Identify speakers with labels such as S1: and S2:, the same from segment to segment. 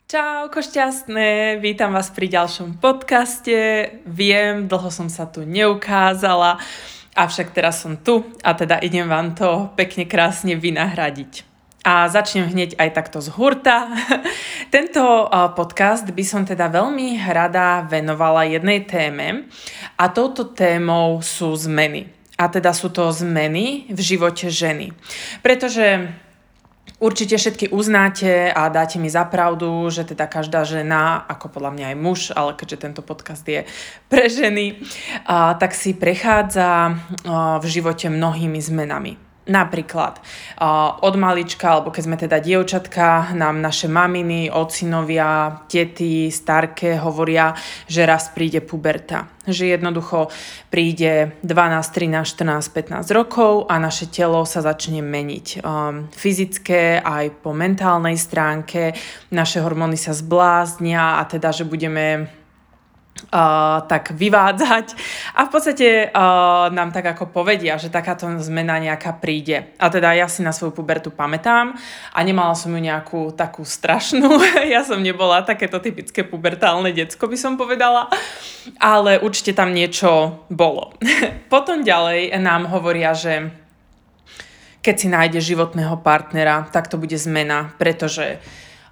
S1: Čauko šťastné, vítam vás pri ďalšom podcaste. Viem, dlho som sa tu neukázala, avšak teraz som tu a teda idem vám to pekne krásne vynahradiť. A začnem hneď aj takto z hurta. Tento podcast by som teda veľmi rada venovala jednej téme a touto témou sú zmeny. A teda sú to zmeny v živote ženy. Pretože určite všetky uznáte a dáte mi za pravdu, že teda každá žena, ako podľa mňa aj muž, ale keďže tento podcast je pre ženy, tak si prechádza v živote mnohými zmenami. Napríklad od malička, alebo keď sme teda dievčatka, nám naše maminy, ocinovia, tety, starké hovoria, že raz príde puberta. Že jednoducho príde 12, 13, 14, 15 rokov a naše telo sa začne meniť. Fyzické aj po mentálnej stránke, naše hormóny sa zbláznia a teda, že budeme tak vyvádzať a v podstate nám tak ako povedia, že takáto zmena nejaká príde. A teda ja si na svoju pubertu pamätám a nemala som ju nejakú takú strašnú. Ja som nebola takéto typické pubertálne decko, by som povedala, ale určite tam niečo bolo. Potom ďalej nám hovoria, že keď si nájde životného partnera, tak to bude zmena, pretože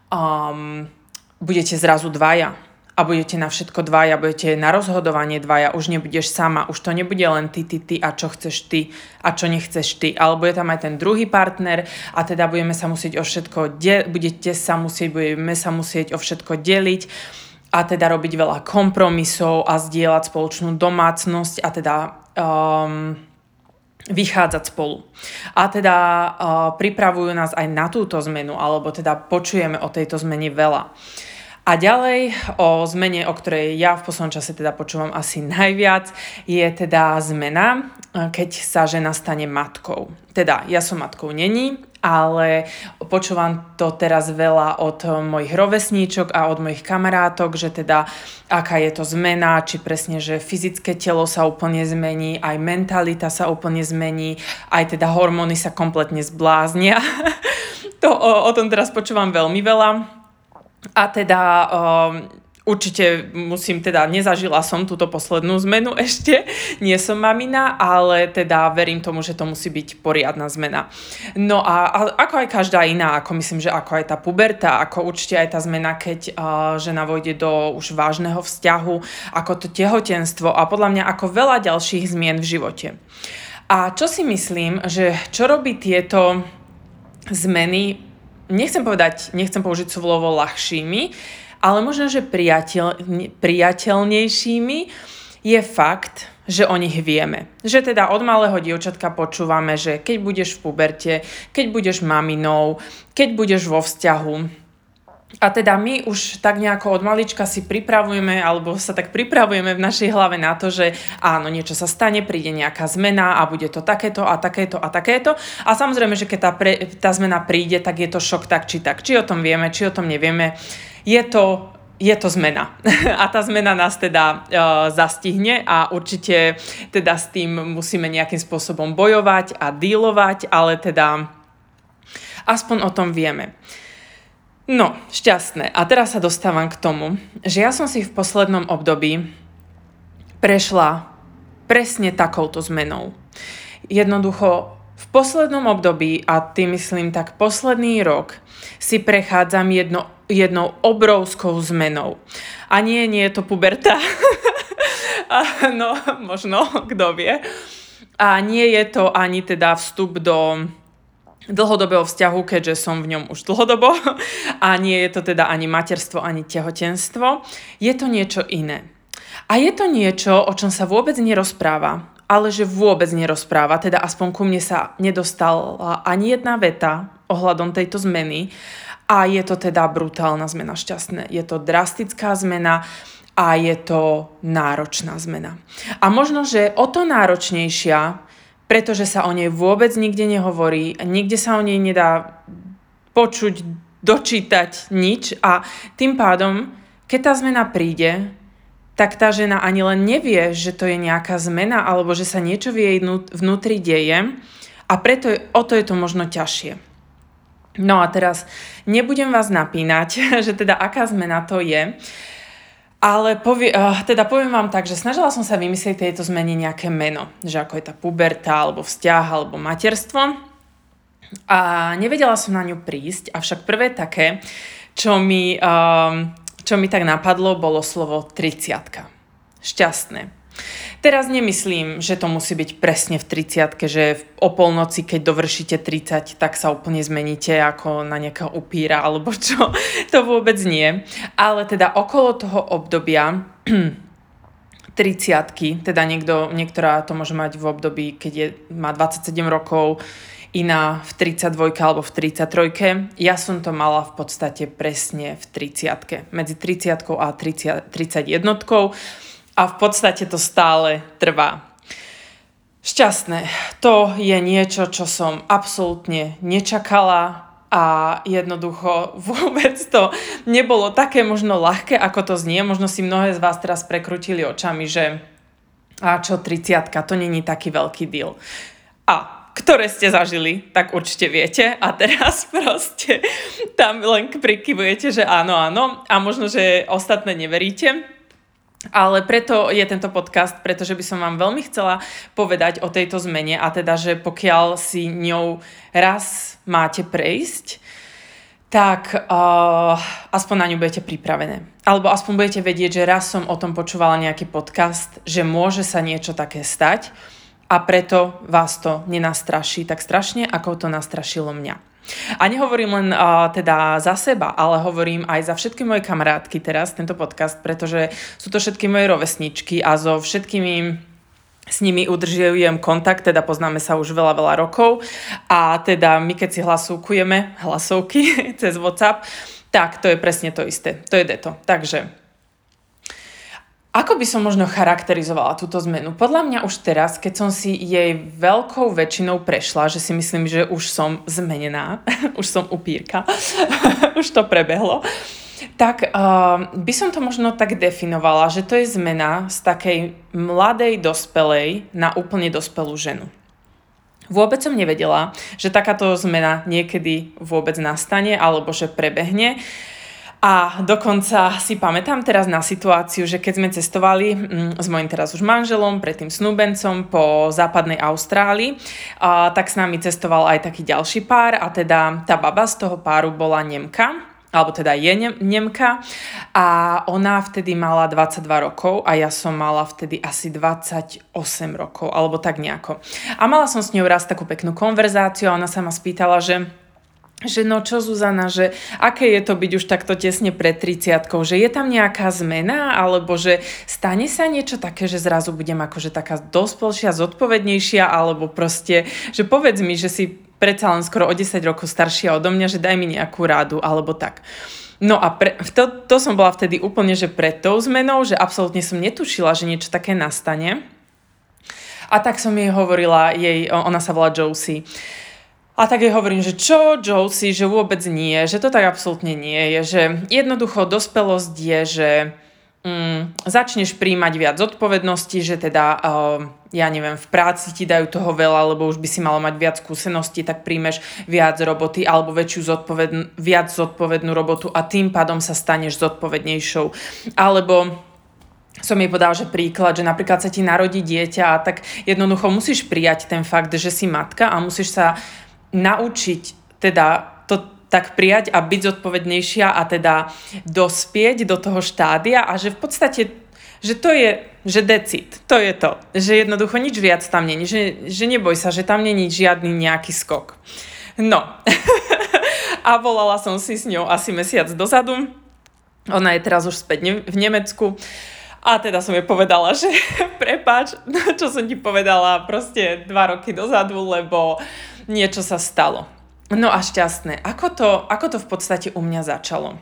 S1: budete zrazu dvaja. A budete na všetko dvaja, budete na rozhodovanie dvaja, už nebudeš sama, už to nebude len ty a čo chceš ty a čo nechceš ty, ale bude tam aj ten druhý partner a teda budeme sa musieť o všetko deliť a teda robiť veľa kompromisov a zdieľať spoločnú domácnosť a teda vychádzať spolu. A teda pripravujú nás aj na túto zmenu, alebo teda počujeme o tejto zmene veľa. A ďalej o zmene, o ktorej ja v poslednom čase teda počúvam asi najviac, je teda zmena, keď sa žena stane matkou. Teda ja som matkou není, ale počúvam to teraz veľa od mojich rovesníčok a od mojich kamarátok, že teda aká je to zmena, či presne, že fyzické telo sa úplne zmení, aj mentalita sa úplne zmení, aj teda hormóny sa kompletne zbláznia. O tom teraz počúvam veľmi veľa. A teda určite nezažila som túto poslednú zmenu ešte, nie som mamina, ale teda verím tomu, že to musí byť poriadna zmena. No a ako aj každá iná, ako myslím, že ako aj tá puberta, ako určite aj tá zmena, keď žena vojde do už vážneho vzťahu, ako to tehotenstvo a podľa mňa ako veľa ďalších zmien v živote. A čo si myslím, že čo robí tieto zmeny, nechcem použiť slovo ľahšími, ale možno, že priateľnejšími je fakt, že o nich vieme. Že teda od malého dievčatka počúvame, že keď budeš v puberte, keď budeš maminou, keď budeš vo vzťahu. A teda my už tak nejako od malička si pripravujeme, alebo sa tak pripravujeme v našej hlave na to, že áno, niečo sa stane, príde nejaká zmena a bude to takéto a takéto a takéto. A samozrejme, že keď tá zmena príde, tak je to šok tak či tak. Či o tom vieme, či o tom nevieme. Je to zmena. A tá zmena nás teda zastihne a určite teda s tým musíme nejakým spôsobom bojovať a dealovať, ale teda aspoň o tom vieme. No, šťastné. A teraz sa dostávam k tomu, že ja som si v poslednom období prešla presne takouto zmenou. Jednoducho v poslednom období, a tým myslím tak posledný rok, si prechádzam jednou obrovskou zmenou. A nie je to puberta. No, možno, kto vie. A nie je to ani teda vstup do dlhodobého vzťahu, keďže som v ňom už dlhodobo a nie je to teda ani materstvo, ani tehotenstvo. Je to niečo iné. A je to niečo, o čom sa vôbec nerozpráva, ale že vôbec nerozpráva, teda aspoň ku mne sa nedostala ani jedna veta ohľadom tejto zmeny a je to teda brutálna zmena, šťastné. Je to drastická zmena a je to náročná zmena. A možno, že o to náročnejšia, pretože sa o nej vôbec nikde nehovorí, nikde sa o nej nedá počuť, dočítať nič a tým pádom, keď tá zmena príde, tak tá žena ani len nevie, že to je nejaká zmena alebo že sa niečo v jej vnútri deje a preto o to je to možno ťažšie. No a teraz nebudem vás napínať, že teda aká zmena to je, ale poviem vám tak, že snažila som sa vymyslieť tejto zmene nejaké meno, že ako je tá puberta, alebo vzťah, alebo materstvo. A nevedela som na ňu prísť, avšak prvé také, čo mi tak napadlo, bolo slovo 30. Šťastné. Teraz nemyslím, že to musí byť presne v 30, že o polnoci, keď dovršíte 30, tak sa úplne zmeníte ako na nejakého upíra, alebo čo. To vôbec nie. Ale teda okolo toho obdobia 30, teda niektorá to môže mať v období, keď má 27 rokov, iná v 32 alebo v 33. Ja som to mala v podstate presne v 30. Medzi 30 a 31. A v podstate to stále trvá. Šťastné. To je niečo, čo som absolútne nečakala a jednoducho vôbec to nebolo také možno ľahké, ako to znie. Možno si mnohé z vás teraz prekrutili očami, že a čo 30, to není taký veľký deal. A ktoré ste zažili, tak určite viete a teraz proste tam len prikyvujete, že áno a možno, že ostatné neveríte. Ale preto je tento podcast, pretože by som vám veľmi chcela povedať o tejto zmene a teda, že pokiaľ si ňou raz máte prejsť, tak aspoň na ňu budete pripravené. Alebo aspoň budete vedieť, že raz som o tom počúvala nejaký podcast, že môže sa niečo také stať a preto vás to nenastraší tak strašne, ako to nastrašilo mňa. A nehovorím len teda za seba, ale hovorím aj za všetky moje kamarátky teraz, tento podcast, pretože sú to všetky moje rovesničky a so všetkými s nimi udržujem kontakt, teda poznáme sa už veľa rokov a teda my keď si hlasovkujeme hlasovky cez WhatsApp, tak to je presne to isté, to je deto. Takže ako by som možno charakterizovala túto zmenu? Podľa mňa už teraz, keď som si jej veľkou väčšinou prešla, že si myslím, že už som zmenená, už som upírka, už to prebehlo, tak by som to možno tak definovala, že to je zmena z takej mladej dospelej na úplne dospelú ženu. Vôbec som nevedela, že takáto zmena niekedy vôbec nastane alebo že prebehne. A dokonca si pamätám teraz na situáciu, že keď sme cestovali s mojím teraz už manželom, predtým snúbencom po západnej Austrálii, tak s nami cestoval aj taký ďalší pár a teda tá baba z toho páru bola Nemka, alebo teda je Nemka a ona vtedy mala 22 rokov a ja som mala vtedy asi 28 rokov, alebo tak nejako. A mala som s ňou raz takú peknú konverzáciu a ona sa ma spýtala, že no čo Zuzana, že aké je to byť už takto tesne pred 30-kou, že je tam nejaká zmena, alebo že stane sa niečo také, že zrazu budem akože taká dospelšia, zodpovednejšia, alebo proste, že povedz mi, že si predsa len skoro o 10 rokov staršia odo mňa, že daj mi nejakú rádu, alebo tak. No a to som bola vtedy úplne, že pred tou zmenou, že absolútne som netušila, že niečo také nastane. A tak som jej hovorila, ona sa volá Josie, a tak jej hovorím, že čo, Josie, že vôbec nie, že to tak absolútne nie je, že jednoducho dospelosť je, že začneš príjmať viac zodpovedností, že teda, ja neviem, v práci ti dajú toho veľa, lebo už by si malo mať viac skúseností, tak príjmeš viac roboty alebo viac zodpovednú robotu a tým pádom sa staneš zodpovednejšou. Alebo som jej povedala, že príklad, že napríklad sa ti narodí dieťa a tak jednoducho musíš prijať ten fakt, že si matka a musíš sa naučiť teda to tak prijať a byť zodpovednejšia a teda dospieť do toho štádia a že v podstate, že to je, že decid, to je to, že jednoducho nič viac tam není, že neboj sa, že tam není žiadny nejaký skok. No a volala som si s ňou asi mesiac dozadu, ona je teraz už späť v Nemecku. A teda som jej povedala, že prepáč, čo som ti povedala proste 2 roky dozadu, lebo niečo sa stalo. No a šťastné. Ako to v podstate u mňa začalo?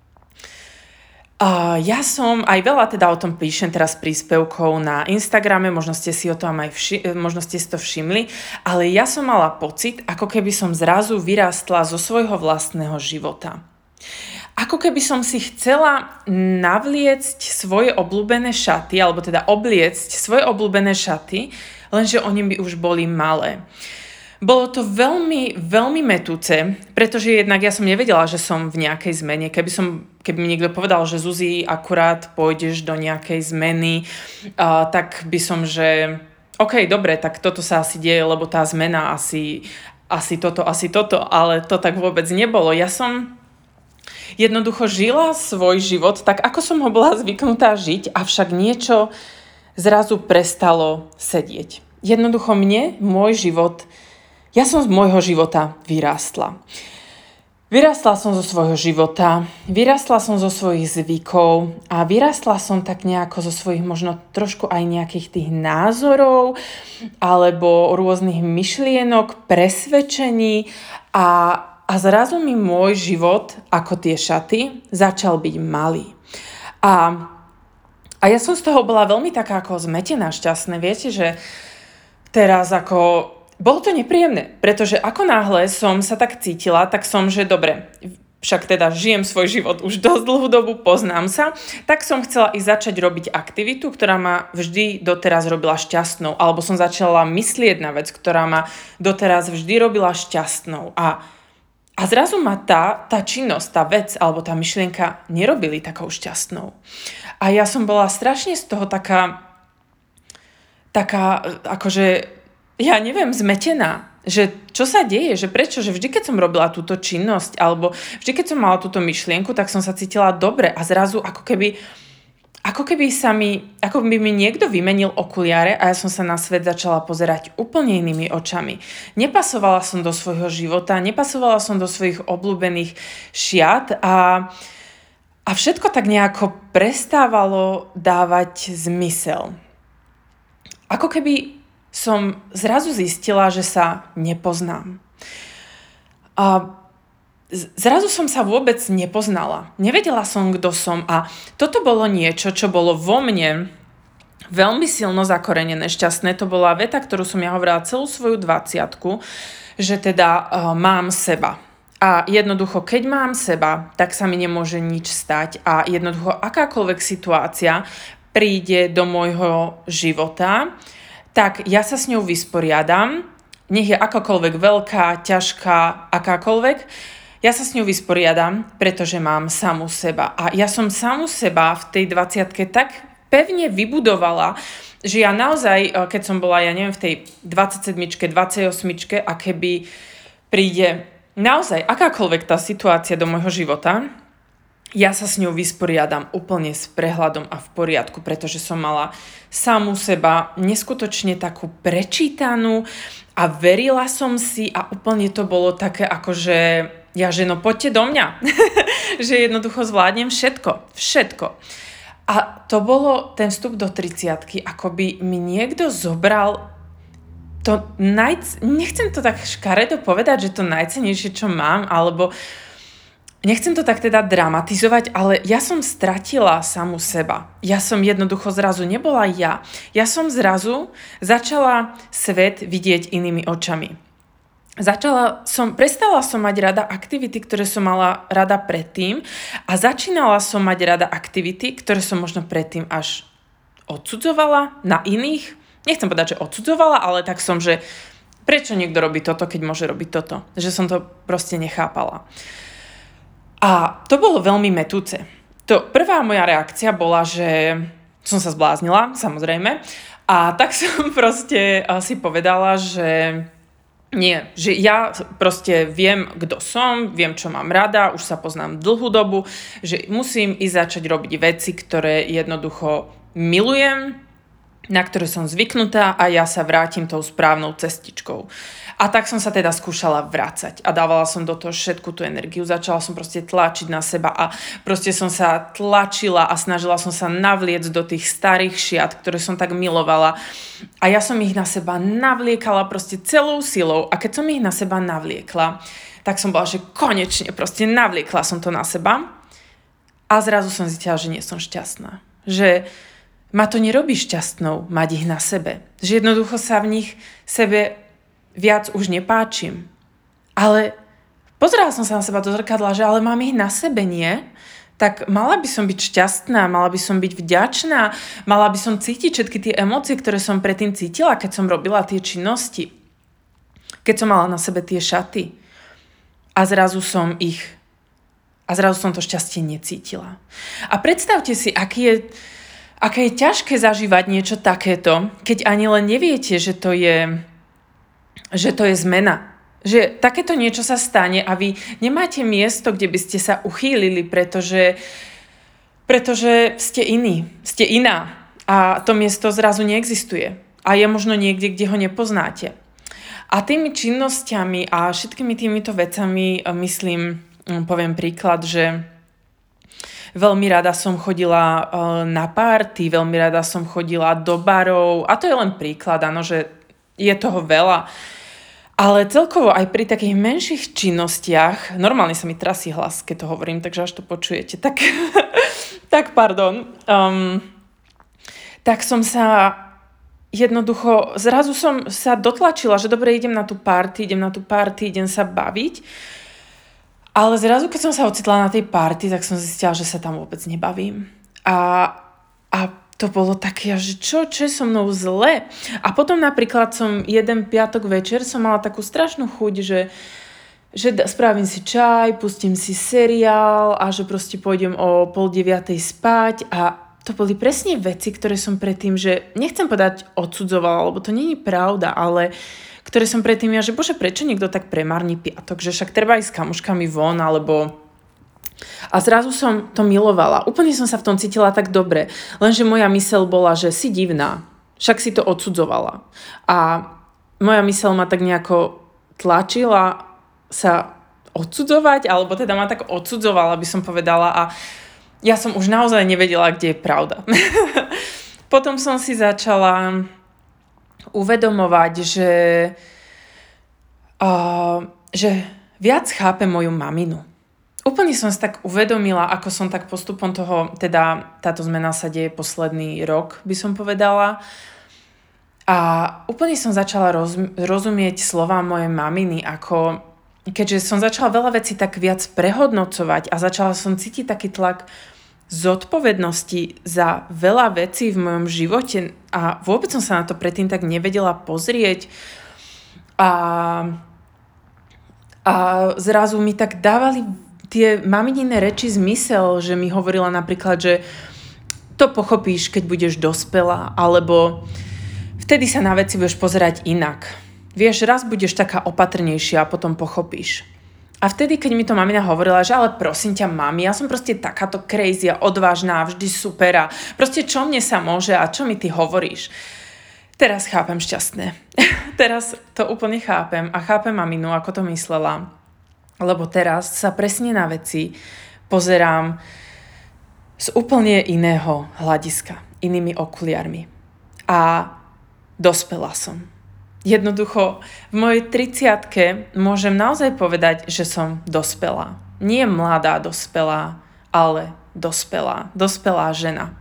S1: Ja som aj veľa teda o tom píšem teraz príspevkov na Instagrame, možno ste si to všimli, ale ja som mala pocit, ako keby som zrazu vyrástla zo svojho vlastného života. Ako keby som si chcela navliecť svoje obľúbené šaty, alebo teda obliecť svoje obľúbené šaty, lenže oni by už boli malé. Bolo to veľmi, veľmi mätúce, pretože jednak ja som nevedela, že som v nejakej zmene. Keby mi niekto povedal, že Zuzi, akurát pôjdeš do nejakej zmeny, tak by som, že OK, dobre, tak toto sa asi deje, lebo tá zmena asi toto, ale to tak vôbec nebolo. Ja som jednoducho žila svoj život tak, ako som ho bola zvyknutá žiť, avšak niečo zrazu prestalo sedieť. Jednoducho ja som z môjho života vyrástla. Vyrástla som zo svojho života, vyrástla som zo svojich zvykov a vyrástla som tak nejako zo svojich možno trošku aj nejakých tých názorov alebo rôznych myšlienok, presvedčení a zrazu mi môj život, ako tie šaty, začal byť malý. A ja som z toho bola veľmi taká ako zmetená, šťastná. Viete, že teraz ako bolo to nepríjemné, pretože ako náhle som sa tak cítila, tak som, že dobre, však teda žijem svoj život už dosť dlhú dobu, poznám sa, tak som chcela i začať robiť aktivitu, ktorá ma vždy doteraz robila šťastnou, alebo som začala myslieť na vec, ktorá ma doteraz vždy robila šťastnou. A zrazu ma tá činnosť, tá vec alebo tá myšlienka nerobili takou šťastnou. A ja som bola strašne z toho taká akože ja neviem, zmetená, že čo sa deje, že prečo, že vždy, keď som robila túto činnosť, alebo vždy, keď som mala túto myšlienku, tak som sa cítila dobre a zrazu ako by mi niekto vymenil okuliare a ja som sa na svet začala pozerať úplne inými očami. Nepasovala som do svojho života, nepasovala som do svojich obľúbených šiat a všetko tak nejako prestávalo dávať zmysel. Ako keby som zrazu zistila, že sa nepoznám. A zrazu som sa vôbec nepoznala. Nevedela som, kto som a toto bolo niečo, čo bolo vo mne veľmi silno zakorenené, šťastné. To bola veta, ktorú som ja hovorila celú svoju 20-ku, že teda mám seba. A jednoducho, keď mám seba, tak sa mi nemôže nič stať a jednoducho akákoľvek situácia príde do môjho života, tak ja sa s ňou vysporiadam, nech je akákoľvek veľká, ťažká, akákoľvek, ja sa s ňou vysporiadam, pretože mám samu seba. A ja som samu seba v tej 20-ke tak pevne vybudovala, že ja naozaj, keď som bola, ja neviem, v tej 27-čke, 28-čke a keby príde naozaj akákoľvek tá situácia do môjho života, ja sa s ňou vysporiadam úplne s prehľadom a v poriadku, pretože som mala samú seba neskutočne takú prečítanú a verila som si a úplne to bolo také ako, že no poďte do mňa, že jednoducho zvládnem všetko. A to bolo ten vstup do 30-ky, ako by mi niekto zobral nechcem to tak škaredo povedať, že to najcennejšie, čo mám, alebo nechcem to tak teda dramatizovať, ale ja som stratila samu seba. Ja som jednoducho zrazu nebola ja. Ja som zrazu začala svet vidieť inými očami. Prestala som mať rada aktivity, ktoré som mala rada predtým a začínala som mať rada aktivity, ktoré som možno predtým až odsudzovala na iných. Nechcem povedať, že odsudzovala, ale tak som, že prečo niekto robí toto, keď môže robiť toto. Že som to proste nechápala. A to bolo veľmi mätúce. Prvá moja reakcia bola, že som sa zbláznila, samozrejme. A tak som proste si povedala, že nie, že ja proste viem, kto som, viem, čo mám rada, už sa poznám dlhú dobu, že musím ísť začať robiť veci, ktoré jednoducho milujem, na ktoré som zvyknutá a ja sa vrátim tou správnou cestičkou. A tak som sa teda skúšala vracať a dávala som do toho všetku tú energiu. Začala som proste tlačiť na seba a proste som sa tlačila a snažila som sa navliecť do tých starých šiat, ktoré som tak milovala. A ja som ich na seba navliekala proste celou silou a keď som ich na seba navliekla, tak som bola, že konečne proste navliekla som to na seba a zrazu som zistila, že nie som šťastná. Že ma to nerobí šťastnou mať ich na sebe. Že jednoducho sa v nich sebe viac už nepáčim. Ale pozerala som sa na seba do zrkadla, že ale mám ich na sebe, nie? Tak mala by som byť šťastná, mala by som byť vďačná, mala by som cítiť všetky tie emócie, ktoré som predtým cítila, keď som robila tie činnosti. Keď som mala na sebe tie šaty a zrazu som to šťastie necítila. A predstavte si, aké je ťažké zažívať niečo takéto, keď ani len neviete, že to je zmena. Že takéto niečo sa stane a vy nemáte miesto, kde by ste sa uchýlili, pretože ste iní, ste iná a to miesto zrazu neexistuje a je možno niekde, kde ho nepoznáte. A tými činnosťami a všetkými týmito vecami, poviem príklad, že veľmi rada som chodila na party, veľmi rada som chodila do barov a to je len príklad, áno, že je toho veľa. Ale celkovo aj pri takých menších činnostiach, normálne sa mi trasí hlas, keď to hovorím, takže až to počujete, tak pardon. Tak som sa jednoducho, zrazu som sa dotlačila, že dobre, idem na tú party, idem sa baviť. Ale zrazu, keď som sa ocitla na tej party, tak som zistila, že sa tam vôbec nebavím. A to bolo také, že čo je so mnou zle? A potom napríklad jeden piatok večer som mala takú strašnú chuť, že spravím si čaj, pustím si seriál a že proste pôjdem o 8:30 spať a to boli presne veci, ktoré som predtým, že nechcem povedať odsudzovala, lebo to nie je pravda, ale ktoré som predtým že bože, prečo niekto tak premárni piatok, že však treba ísť s kamoškami von, alebo... A zrazu som to milovala. Úplne som sa v tom cítila tak dobre, lenže moja myseľ bola, že si divná, však si to odsudzovala. A moja myseľ ma tak nejako tlačila sa odsudzovať, alebo teda ma tak odsudzovala, by som povedala, a ja som už naozaj nevedela, kde je pravda. Potom som si začala uvedomovať, že viac chápem moju maminu. Úplne som si tak uvedomila, ako som tak postupom toho, teda táto zmena sa deje posledný rok, by som povedala. A úplne som začala rozumieť slová mojej maminy, keďže som začala veľa vecí tak viac prehodnocovať a začala som cítiť taký tlak zodpovednosti za veľa vecí v mojom živote a vôbec som sa na to predtým tak nevedela pozrieť a zrazu mi tak dávali tie maminine reči zmysel, že mi hovorila napríklad, že to pochopíš, keď budeš dospelá, alebo vtedy sa na veci budeš pozerať inak. Vieš, raz budeš taká opatrnejšia a potom pochopíš. A vtedy, keď mi to mamina hovorila, že ale prosím ťa, mami, ja som proste takáto crazy a odvážna, vždy super a proste čo mne sa môže a čo mi ty hovoríš. Teraz chápem šťastné. Teraz to úplne chápem a chápem maminu, ako to myslela. Lebo teraz sa presne na veci pozerám z úplne iného hľadiska, inými okuliarmi. A dospela som. Jednoducho, v mojej 30-ke môžem naozaj povedať, že som dospelá. Nie mladá dospelá, ale dospelá žena.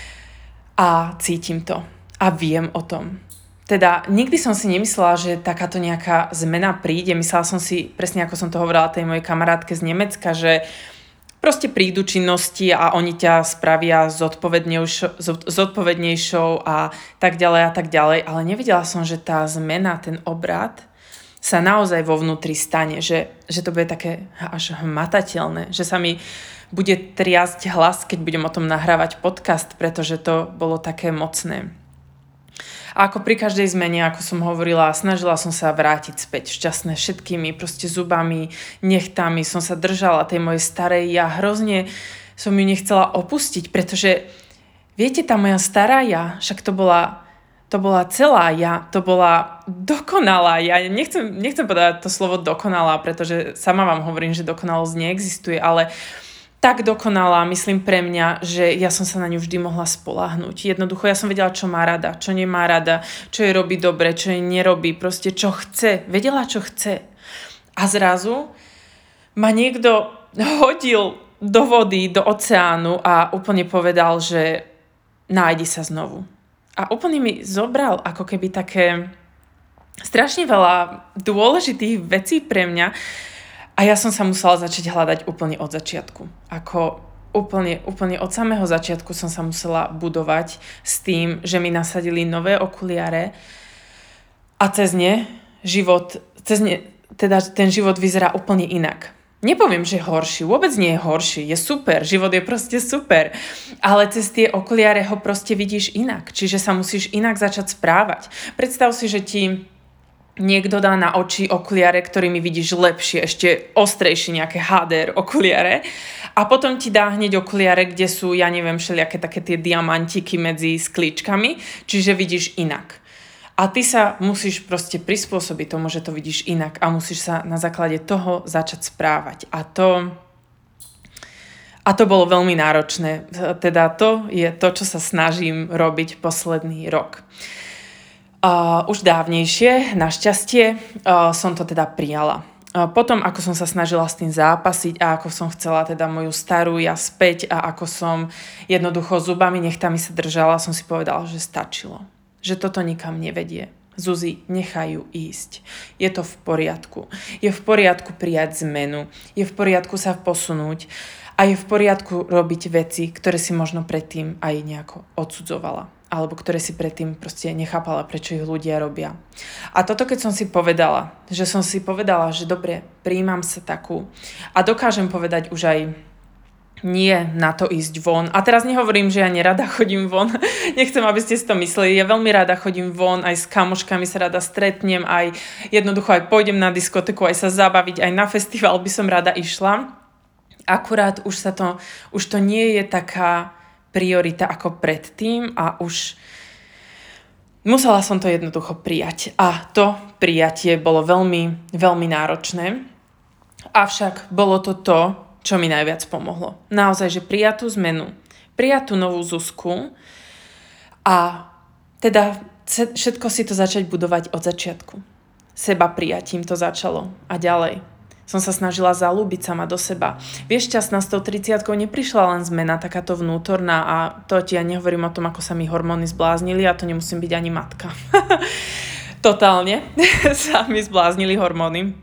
S1: A cítim to. A viem o tom. Teda nikdy som si nemyslela, že takáto nejaká zmena príde. Myslela som si, presne ako som to hovorila tej mojej kamarátke z Nemecka, že proste prídu činnosti a oni ťa spravia zodpovednejšou a tak ďalej. Ale nevedela som, že tá zmena, ten obrat sa naozaj vo vnútri stane. Že to bude také až hmatateľné. Že sa mi bude triasť hlas, keď budem o tom nahrávať podcast, pretože to bolo také mocné. A ako pri každej zmene, ako som hovorila, snažila som sa vrátiť späť šťastné všetkými proste zubami, nechtami, som sa držala tej mojej starej ja, hrozne som ju nechcela opustiť, pretože viete, tá moja stará ja, však to bola celá ja, to bola dokonalá ja. Nechcem povedať to slovo dokonalá, pretože sama vám hovorím, že dokonalosť neexistuje, ale tak dokonalá, myslím pre mňa, že ja som sa na ňu vždy mohla spoľahnúť. Jednoducho, ja som vedela, čo má rada, čo nemá rada, čo jej robí dobre, čo jej nerobí, proste čo chce. Vedela, čo chce. A zrazu ma niekto hodil do vody, do oceánu a úplne povedal, že nájdi sa znovu. A úplne mi zobral ako keby také strašne veľa dôležitých vecí pre mňa. A ja som sa musela začať hľadať úplne od začiatku. Ako úplne od samého začiatku som sa musela budovať s tým, že mi nasadili nové okuliare a cez ne teda ten život vyzerá úplne inak. Nepoviem, že je horší, vôbec nie je horší, je super, život je proste super, ale cez tie okuliare ho proste vidíš inak, čiže sa musíš inak začať správať. Predstav si, že ti niekto dá na oči okuliare, ktorými vidíš lepšie, ešte ostrejšie nejaké HDR okuliare a potom ti dá hneď okuliare, kde sú, ja neviem, všelijaké také tie diamantiky medzi sklíčkami, čiže vidíš inak. A ty sa musíš proste prispôsobiť tomu, že to vidíš inak a musíš sa na základe toho začať správať. A to bolo veľmi náročné. Teda to je to, čo sa snažím robiť posledný rok. Už dávnejšie, našťastie, som to teda prijala. Potom, ako som sa snažila s tým zápasiť a ako som chcela teda moju starú ja späť a ako som jednoducho zubami, nechtami sa držala, som si povedala, že stačilo. Že toto nikam nevedie. Zuzi, nechaj ju ísť. Je to v poriadku. Je v poriadku prijať zmenu. Je v poriadku sa posunúť. A je v poriadku robiť veci, ktoré si možno predtým aj nejako odsudzovala. Alebo ktoré si predtým proste nechápala, prečo ich ľudia robia. A toto, keď som si povedala, že dobre, prijímam sa takú a dokážem povedať už aj nie na to ísť von. A teraz nehovorím, že ja nerada chodím von. Nechcem, aby ste si to mysleli. Ja veľmi rada chodím von, aj s kamoškami sa rada stretnem, aj jednoducho aj pôjdem na diskotéku, aj sa zabaviť, aj na festival by som rada išla. Akurát už to nie je taká priorita ako predtým a už musela som to jednoducho prijať. A to prijatie bolo veľmi, veľmi náročné. Avšak bolo to, čo mi najviac pomohlo. Naozaj, že prijatú zmenu, prijatú novú Zuzku a teda všetko si to začať budovať od začiatku. Seba prijatím to začalo a ďalej. Som sa snažila zalúbiť sama do seba. Vieš, šťastná s tou 30-kou neprišla len zmena takáto vnútorná a to ti ja nehovorím o tom, ako sa mi hormóny zbláznili a to nemusím byť ani matka. Totálne sa mi zbláznili hormóny.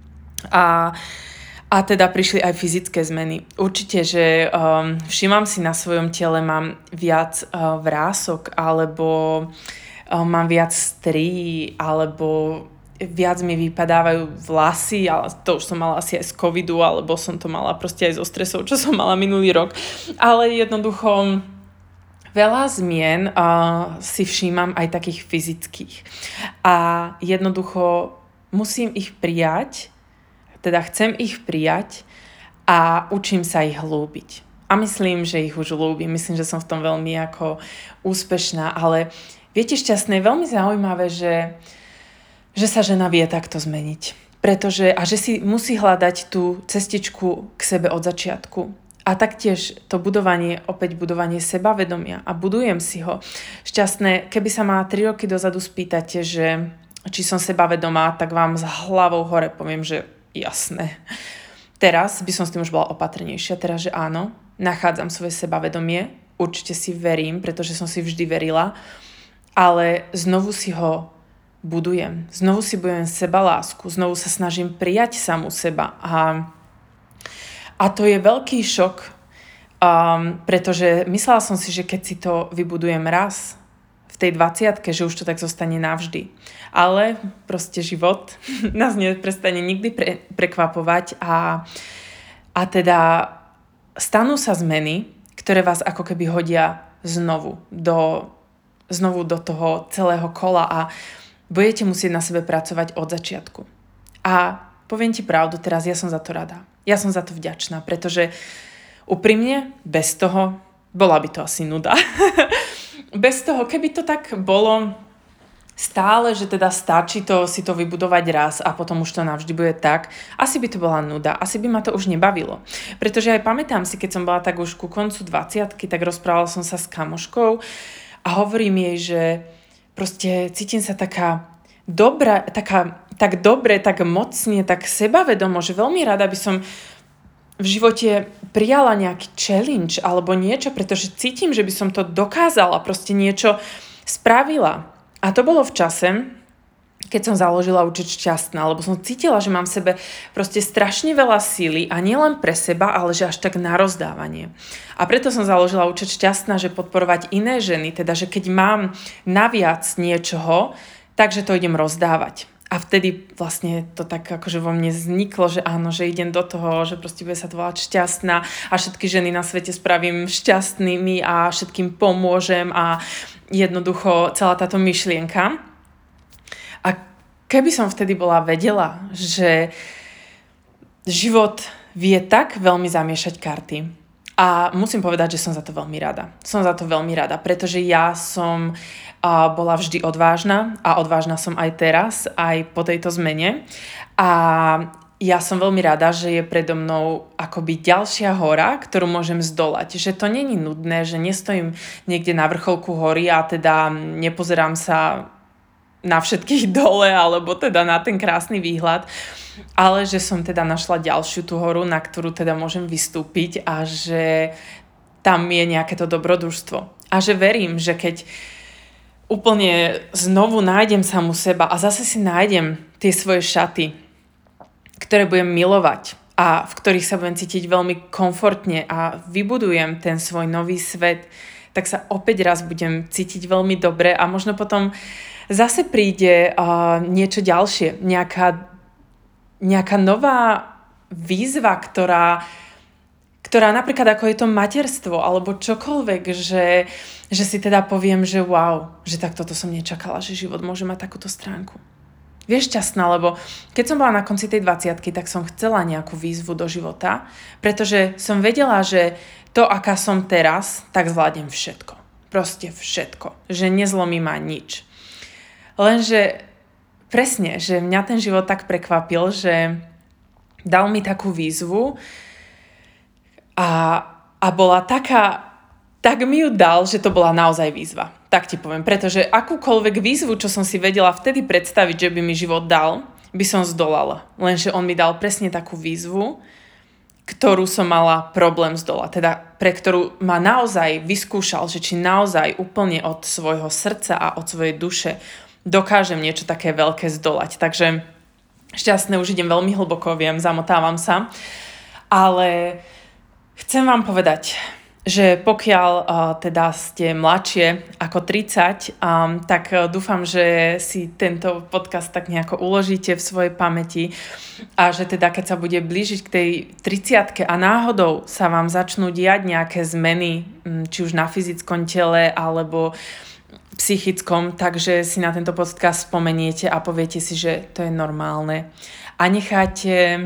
S1: A teda prišli aj fyzické zmeny. Určite, že všímam si na svojom tele, mám viac vrások, alebo mám viac strí, alebo viac mi vypadávajú vlasy, ale to už som mala asi aj z covidu, alebo som to mala proste aj zo stresov, čo som mala minulý rok. Ale jednoducho veľa zmien si všímam aj takých fyzických. A jednoducho musím ich prijať, teda chcem ich prijať a učím sa ich ľúbiť. A myslím, že ich už ľúbim. Myslím, že som v tom veľmi ako úspešná. Ale viete, šťastné je veľmi zaujímavé, že sa žena vie takto zmeniť. A že si musí hľadať tú cestičku k sebe od začiatku. A taktiež to budovanie sebavedomia. A budujem si ho. Šťastné, keby sa ma 3 roky dozadu spýtate, že či som sebavedomá, tak vám s hlavou hore poviem, že jasné. Teraz by som s tým už bola opatrnejšia. Teraz, že áno, nachádzam svoje sebavedomie, určite si verím, pretože som si vždy verila, ale znovu si ho budujem. Znovu si budujem sebalásku, znovu sa snažím prijať samu seba. A to je veľký šok, pretože myslela som si, že keď si to vybudujem raz v tej 20-ke, že už to tak zostane navždy. Ale proste život nás neprestane nikdy prekvapovať a teda stanú sa zmeny, ktoré vás ako keby hodia znovu do toho celého kola a budete musieť na sebe pracovať od začiatku. A poviem ti pravdu, teraz ja som za to rada. Ja som za to vďačná, pretože úprimne bez toho bola by to asi nuda. Bez toho, keby to tak bolo stále, že teda stačí si to vybudovať raz a potom už to navždy bude tak, asi by to bola nuda, asi by ma to už nebavilo. Pretože aj pamätám si, keď som bola tak už ku koncu 20-ky, tak rozprávala som sa s kamoškou a hovorím jej, že proste cítim sa tak mocne, tak sebavedomo, že veľmi rada by som v živote prijala nejaký challenge alebo niečo, pretože cítim, že by som to dokázala, proste niečo spravila. A to bolo v čase, keď som založila Účet šťastná, lebo som cítila, že mám v sebe proste strašne veľa síly a nielen pre seba, ale že až tak na rozdávanie. A preto som založila Účet šťastná, že podporovať iné ženy, teda že keď mám naviac niečoho, takže to idem rozdávať. A vtedy vlastne to tak akože vo mne vzniklo, že áno, že idem do toho, že proste bude sa to volať šťastná a všetky ženy na svete spravím šťastnými a všetkým pomôžem a jednoducho celá táto myšlienka. A keby som vtedy vedela, že život vie tak veľmi zamiešať karty, a musím povedať, že som za to veľmi rada. Som za to veľmi rada, pretože ja som bola vždy odvážna a odvážna som aj teraz, aj po tejto zmene. A ja som veľmi rada, že je predo mnou akoby ďalšia hora, ktorú môžem zdolať. Že to není nudné, že nestojím niekde na vrcholku hory a teda nepozerám sa na všetkých dole, alebo teda na ten krásny výhľad, ale že som teda našla ďalšiu tú horu, na ktorú teda môžem vystúpiť a že tam je nejaké to dobrodružstvo. A že verím, že keď úplne znovu nájdem samu seba a zase si nájdem tie svoje šaty, ktoré budem milovať a v ktorých sa budem cítiť veľmi komfortne a vybudujem ten svoj nový svet, tak sa opäť raz budem cítiť veľmi dobre a možno potom zase príde niečo ďalšie, nejaká nová výzva, ktorá napríklad ako je to materstvo alebo čokoľvek, že si teda poviem, že wow, že tak toto som nečakala, že život môže mať takúto stránku. Vieš, šťastná, lebo keď som bola na konci tej 20-ky, tak som chcela nejakú výzvu do života, pretože som vedela, že to, aká som teraz, tak zvládnem všetko. Proste všetko. Že nezlomí ma nič. Lenže presne, že mňa ten život tak prekvapil, že dal mi takú výzvu a bola taká, tak mi ju dal, že to bola naozaj výzva. Tak ti poviem, pretože akúkoľvek výzvu, čo som si vedela vtedy predstaviť, že by mi život dal, by som zdolala. Lenže on mi dal presne takú výzvu, ktorú som mala problém zdolať. Teda pre ktorú ma naozaj vyskúšal, že či naozaj úplne od svojho srdca a od svojej duše dokážem niečo také veľké zdolať. Takže šťastné, už idem veľmi hlboko, viem, zamotávam sa. Ale chcem vám povedať, že pokiaľ teda ste mladšie ako 30, tak dúfam, že si tento podcast tak nejako uložíte v svojej pamäti a že teda keď sa bude blížiť k tej 30-ke a náhodou sa vám začnú diať nejaké zmeny, či už na fyzickom tele alebo psychickom, takže si na tento podcast spomeniete a poviete si, že to je normálne. A necháte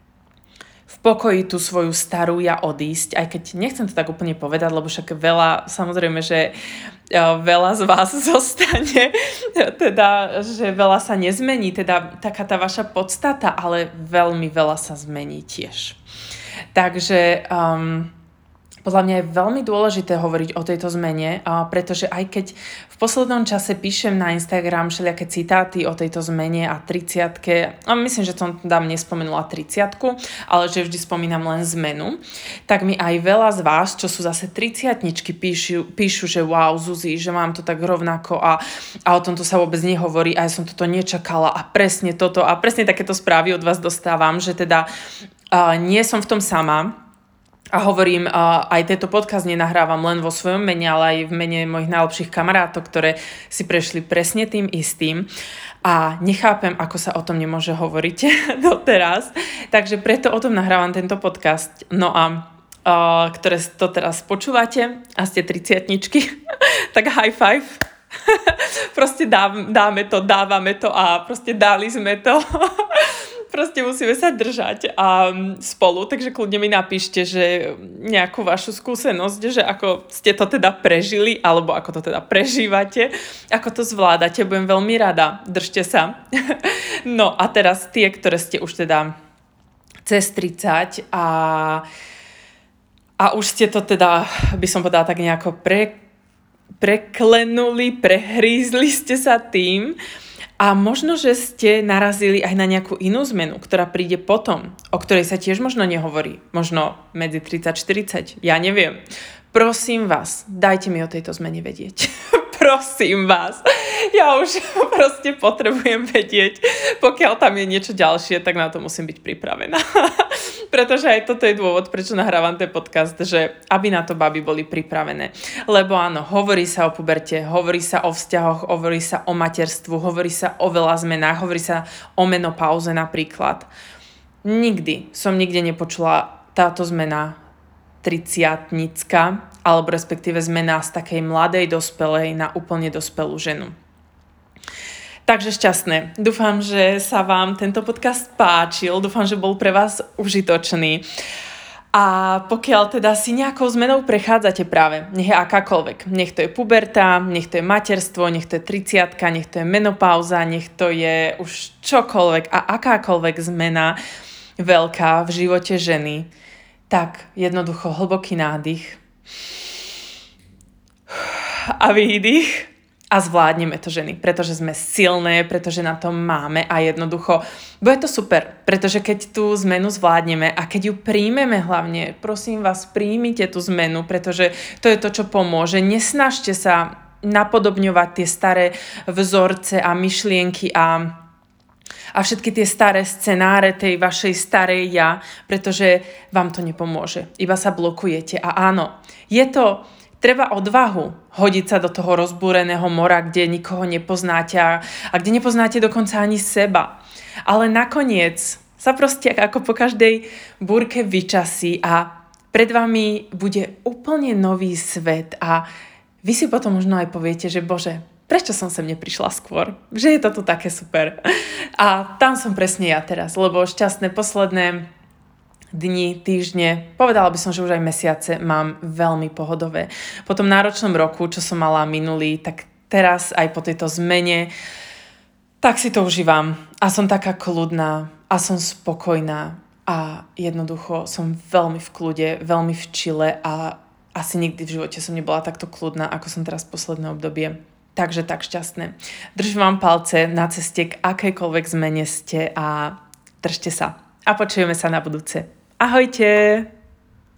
S1: v pokoji tú svoju starú ja odísť, aj keď nechcem to tak úplne povedať, lebo však veľa, samozrejme, že veľa z vás zostane, teda, že veľa sa nezmení, teda taká tá vaša podstata, ale veľmi veľa sa zmení tiež. Takže podľa mňa je veľmi dôležité hovoriť o tejto zmene, pretože aj keď v poslednom čase píšem na Instagram všelijaké citáty o tejto zmene a 30-ke, a myslím, že som tam nespomenula 30-ku, ale že vždy spomínam len zmenu, tak mi aj veľa z vás, čo sú zase 30-ničky, píšu, že wow, Zuzi, že mám to tak rovnako a o tomto sa vôbec nehovorí a ja som toto nečakala a presne toto a presne takéto správy od vás dostávam, že teda nie som v tom sama. A hovorím, aj tento podcast nenahrávam len vo svojom mene, ale aj v mene mojich najlepších kamarátov, ktoré si prešli presne tým istým. A nechápem, ako sa o tom nemôže hovoriť doteraz. Takže preto o tom nahrávam tento podcast. No a ktoré to teraz počúvate a ste 30-ničky, tak high five. Proste dávame to a proste dali sme to. Proste musíme sa držať spolu, takže kľudne mi napíšte, že nejakú vašu skúsenosť, že ako ste to teda prežili, alebo ako to teda prežívate, ako to zvládate, budem veľmi rada, držte sa. No a teraz tie, ktoré ste už teda cez 30 a už ste to teda, by som povedala tak nejako preklenuli, prehrízli ste sa tým, a možno, že ste narazili aj na nejakú inú zmenu, ktorá príde potom, o ktorej sa tiež možno nehovorí. Možno medzi 30-40, ja neviem. Prosím vás, dajte mi o tejto zmene vedieť. Prosím vás. Ja už proste potrebujem vedieť. Pokiaľ tam je niečo ďalšie, tak na to musím byť pripravená. Pretože aj toto je dôvod, prečo nahrávam ten podcast, že aby na to baby boli pripravené. Lebo áno, hovorí sa o puberte, hovorí sa o vzťahoch, hovorí sa o materstvu, hovorí sa o veľa zmenách, hovorí sa o menopauze napríklad. Nikdy som nepočula táto zmena 30-nická, alebo respektíve zmena z takej mladej dospelej na úplne dospelú ženu. Takže šťastné. Dúfam, že sa vám tento podcast páčil. Dúfam, že bol pre vás užitočný. A pokiaľ teda si nejakou zmenou prechádzate práve, nech je akákoľvek. Nech to je puberta, nech to je materstvo, nech to je 30-ka, nech to je menopauza, nech to je už čokoľvek a akákoľvek zmena veľká v živote ženy, tak jednoducho hlboký nádych a výdych. A zvládneme to ženy, pretože sme silné, pretože na to máme a jednoducho bude to super, pretože keď tú zmenu zvládneme a keď ju príjmeme hlavne, prosím vás, príjmite tú zmenu, pretože to je to, čo pomôže. Nesnažte sa napodobňovať tie staré vzorce a myšlienky a všetky tie staré scenáre tej vašej starej ja, pretože vám to nepomôže. Iba sa blokujete a áno, treba odvahu hodiť sa do toho rozbúreného mora, kde nikoho nepoznáte a kde nepoznáte dokonca ani seba. Ale nakoniec sa proste ako po každej búrke vyčasí a pred vami bude úplne nový svet a vy si potom možno aj poviete, že Bože, prečo som sem neprišla skôr? Že je to tu také super. A tam som presne ja teraz, lebo šťastné posledné dni, týždne, povedala by som, že už aj mesiace mám veľmi pohodové. Po tom náročnom roku, čo som mala minulý, tak teraz aj po tejto zmene, tak si to užívam. A som taká kľudná a som spokojná a jednoducho som veľmi v kľude, veľmi v čile a asi nikdy v živote som nebola takto kľudná, ako som teraz v posledné obdobie. Takže tak šťastné. Držím vám palce na ceste k akejkoľvek zmene ste a držte sa. A počujeme sa na budúce. Ahojte!